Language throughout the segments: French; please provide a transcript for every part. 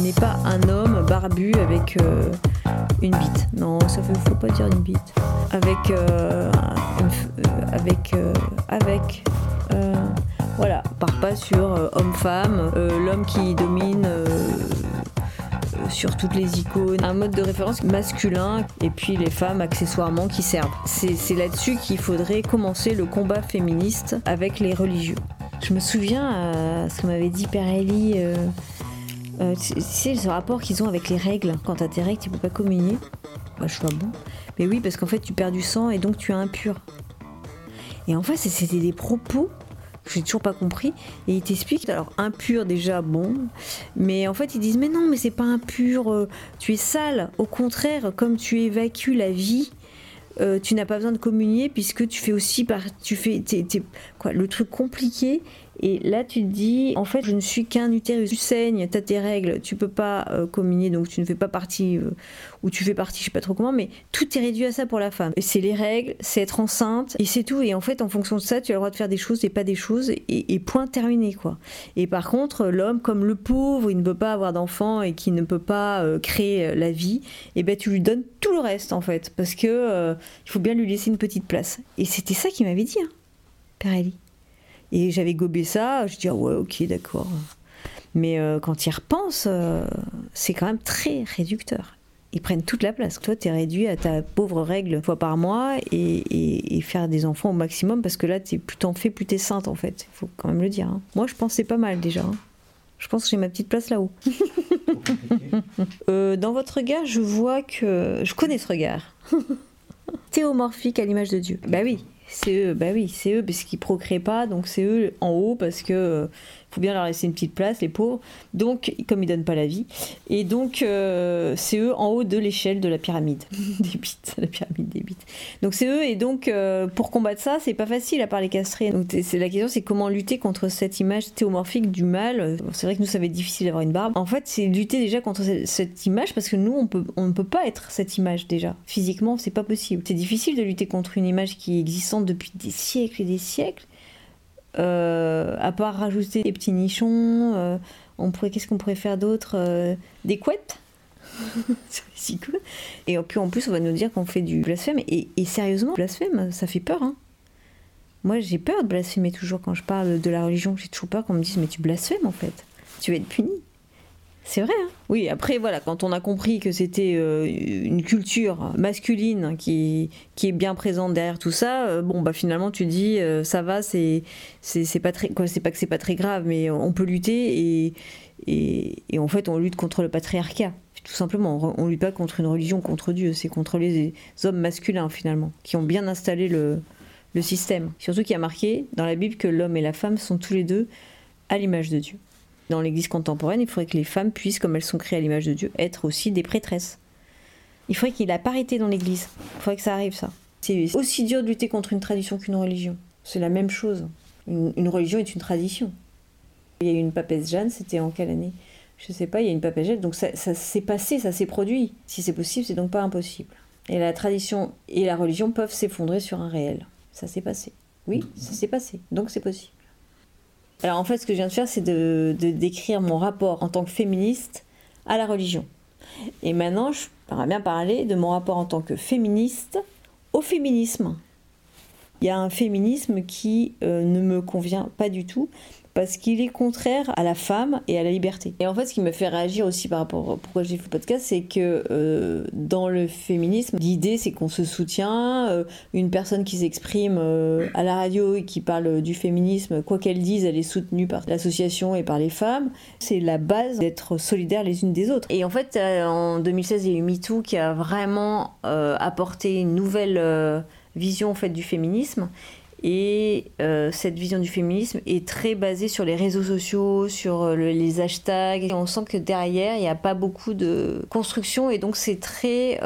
n'est pas un homme barbu avec une bite. Non, ça faut pas dire une bite. Voilà, part pas sur homme-femme, l'homme qui domine sur toutes les icônes, un mode de référence masculin et puis les femmes accessoirement qui servent. C'est là-dessus qu'il faudrait commencer le combat féministe avec les religieux. Je me souviens ce que m'avait dit Père Elie, tu sais ce rapport qu'ils ont avec les règles. Quand t'as tes règles, tu peux pas communier. Bah, je vois bon. Mais oui, parce qu'en fait tu perds du sang et donc tu es impur. Et en fait c'était des propos que j'ai toujours pas compris, et ils t'expliquent, alors impur déjà, bon, mais en fait ils disent mais non, mais c'est pas impur, tu es sale, au contraire, comme tu évacues la vie, tu n'as pas besoin de communier puisque tu fais aussi le truc compliqué. Et là tu te dis en fait je ne suis qu'un utérus, tu saignes, t'as tes règles, tu peux pas communier, donc tu ne fais pas partie ou tu fais partie, je sais pas trop comment, mais tout est réduit à ça pour la femme. C'est les règles, c'est être enceinte et c'est tout. Et en fait en fonction de ça tu as le droit de faire des choses et pas des choses, et point terminé quoi. Et par contre l'homme, comme le pauvre, il ne peut pas avoir d'enfant et qui ne peut pas créer la vie, et ben tu lui donnes tout le reste en fait, parce que il faut bien lui laisser une petite place. Et c'était ça qu'il m'avait dit, hein, Père Elie. Et j'avais gobé ça, je dis ah ouais, ok, d'accord. Mais quand ils repensent, c'est quand même très réducteur. Ils prennent toute la place. Toi, t'es réduit à ta pauvre règle une fois par mois et faire des enfants au maximum, parce que là, plus t'en fais, plus t'es sainte en fait. Il faut quand même le dire. Hein. Moi, je pense que c'est pas mal déjà. Hein. Je pense que j'ai ma petite place là-haut. Dans votre regard, je vois que... Je connais ce regard. Théomorphique à l'image de Dieu. Bah oui. C'est eux parce qu'ils procréent pas, donc c'est eux en haut parce que faut bien leur laisser une petite place, les pauvres. Donc comme ils donnent pas la vie, et donc c'est eux en haut de l'échelle de la pyramide des bites, la pyramide des bites. Donc c'est eux, et donc pour combattre ça, c'est pas facile à part les castrer. Donc c'est la question, c'est comment lutter contre cette image théomorphique du mal. C'est vrai que nous ça va être difficile d'avoir une barbe. En fait, c'est lutter déjà contre cette image, parce que nous on ne peut pas être cette image déjà. Physiquement, c'est pas possible. C'est difficile de lutter contre une image qui est existante depuis des siècles et des siècles. À part rajouter des petits nichons, qu'est-ce qu'on pourrait faire d'autre, des couettes. C'est cool. Et puis en plus on va nous dire qu'on fait du blasphème, et sérieusement, blasphème, ça fait peur, hein. Moi j'ai peur de blasphémer toujours quand je parle de la religion. J'ai toujours peur qu'on me dise mais tu blasphèmes en fait, tu vas être puni. C'est vrai, hein. Oui, après voilà, quand on a compris que c'était une culture masculine qui est bien présente derrière tout ça, finalement tu dis ça va, c'est pas très quoi, c'est pas que c'est pas très grave, mais on peut lutter, et en fait on lutte contre le patriarcat. Tout simplement, on lutte pas contre une religion, contre Dieu, c'est contre les hommes masculins finalement qui ont bien installé le système. Surtout qu'il y a marqué dans la Bible que l'homme et la femme sont tous les deux à l'image de Dieu. Dans l'église contemporaine, il faudrait que les femmes puissent, comme elles sont créées à l'image de Dieu, être aussi des prêtresses. Il faudrait qu'il y ait la parité dans l'église. Il faudrait que ça arrive, ça. C'est aussi dur de lutter contre une tradition qu'une religion. C'est la même chose. Une religion est une tradition. Il y a eu une papesse Jeanne, c'était en quelle année ? Je sais pas, il y a une papesse Jeanne, donc ça s'est passé, ça s'est produit. Si c'est possible, c'est donc pas impossible. Et la tradition et la religion peuvent s'effondrer sur un réel. Ça s'est passé. Oui, ça s'est passé, donc c'est possible. Alors en fait, ce que je viens de faire, c'est de décrire mon rapport en tant que féministe à la religion. Et maintenant, je pourrais bien parler de mon rapport en tant que féministe au féminisme. Il y a un féminisme qui ne me convient pas du tout, parce qu'il est contraire à la femme et à la liberté. Et en fait, ce qui me fait réagir aussi par rapport à pourquoi j'ai fait le podcast, c'est que dans le féminisme, l'idée c'est qu'on se soutient, une personne qui s'exprime à la radio et qui parle du féminisme, quoi qu'elle dise, elle est soutenue par l'association et par les femmes. C'est la base d'être solidaires les unes des autres. Et en fait, en 2016, il y a eu MeToo qui a vraiment apporté une nouvelle vision en fait, du féminisme. Et cette vision du féminisme est très basée sur les réseaux sociaux, sur les hashtags. Et on sent que derrière, il n'y a pas beaucoup de construction, et donc c'est très,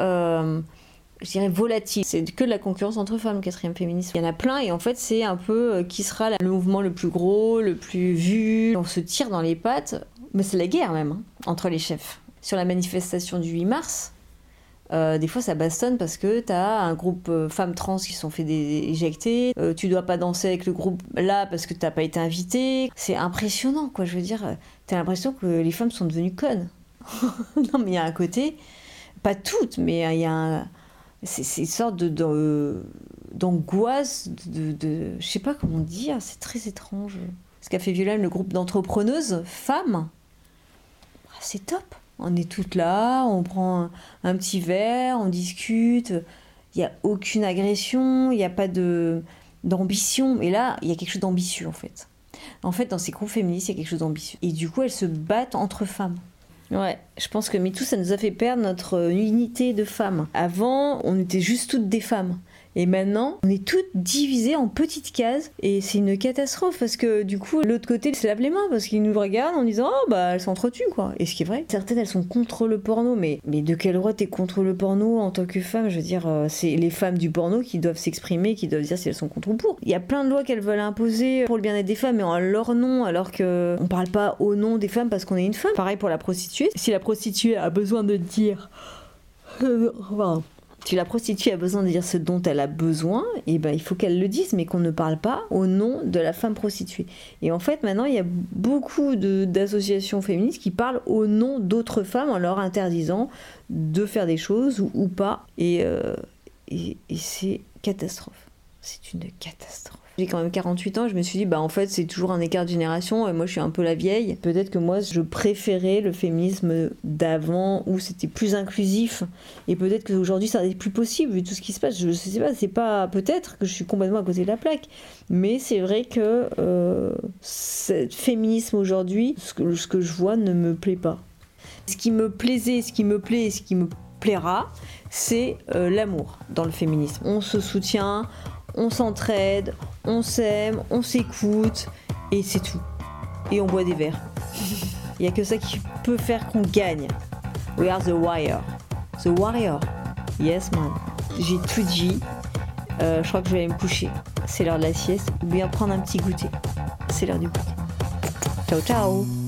je dirais, volatile. C'est que de la concurrence entre femmes, le quatrième féminisme. Il y en a plein, et en fait, c'est un peu qui sera le mouvement le plus gros, le plus vu. On se tire dans les pattes, mais c'est la guerre même, hein, entre les chefs. Sur la manifestation du 8 mars, des fois ça bastonne parce que t'as un groupe femmes trans qui se sont fait éjecter, tu dois pas danser avec le groupe là parce que t'as pas été invité. C'est impressionnant quoi, je veux dire, t'as l'impression que les femmes sont devenues connes. Non, mais il y a un côté, pas toutes, mais il y a c'est une sorte d'angoisse, je sais pas comment dire, c'est très étrange. Ce qu'a fait Violaine, le groupe d'entrepreneuses femmes, c'est top. On est toutes là, on prend un petit verre, on discute, il n'y a aucune agression, il n'y a pas d'ambition. Et là, il y a quelque chose d'ambitieux en fait. En fait, dans ces groupes féministes, il y a quelque chose d'ambitieux. Et du coup, elles se battent entre femmes. Ouais, je pense que MeToo, ça nous a fait perdre notre unité de femmes. Avant, on était juste toutes des femmes. Et maintenant, on est toutes divisées en petites cases. Et c'est une catastrophe parce que du coup, l'autre côté se lave les mains parce qu'ils nous regardent en disant « Oh, bah, elles s'entretuent, quoi. » Et ce qui est vrai, certaines, elles sont contre le porno. Mais de quel droit t'es contre le porno en tant que femme ? Je veux dire, c'est les femmes du porno qui doivent s'exprimer, qui doivent dire si elles sont contre ou pour. Il y a plein de lois qu'elles veulent imposer pour le bien-être des femmes, mais en leur nom, alors qu'on parle pas au nom des femmes parce qu'on est une femme. Pareil pour la prostituée. Si la prostituée a besoin de dire... Si la prostituée a besoin de dire ce dont elle a besoin, et ben il faut qu'elle le dise, mais qu'on ne parle pas au nom de la femme prostituée. Et en fait, maintenant, il y a beaucoup d'associations féministes qui parlent au nom d'autres femmes en leur interdisant de faire des choses ou pas. Et c'est catastrophe. C'est une catastrophe. J'ai quand même 48 ans, je me suis dit, bah en fait, c'est toujours un écart de génération, et moi je suis un peu la vieille. Peut-être que moi, je préférais le féminisme d'avant, où c'était plus inclusif, et peut-être qu'aujourd'hui, ça n'est plus possible, vu tout ce qui se passe. Je sais pas, c'est pas... Peut-être que je suis complètement à côté de la plaque, mais c'est vrai que ce féminisme aujourd'hui, ce que je vois ne me plaît pas. Ce qui me plaisait, ce qui me plaît et ce qui me plaira, c'est l'amour dans le féminisme. On se soutient, on s'entraide, on s'aime, on s'écoute, et c'est tout. Et on boit des verres. Il n'y a que ça qui peut faire qu'on gagne. We are the warrior. The warrior. Yes, man. J'ai tout dit. Je crois que je vais aller me coucher. C'est l'heure de la sieste. Ou bien prendre un petit goûter. C'est l'heure du goûter. Ciao, ciao.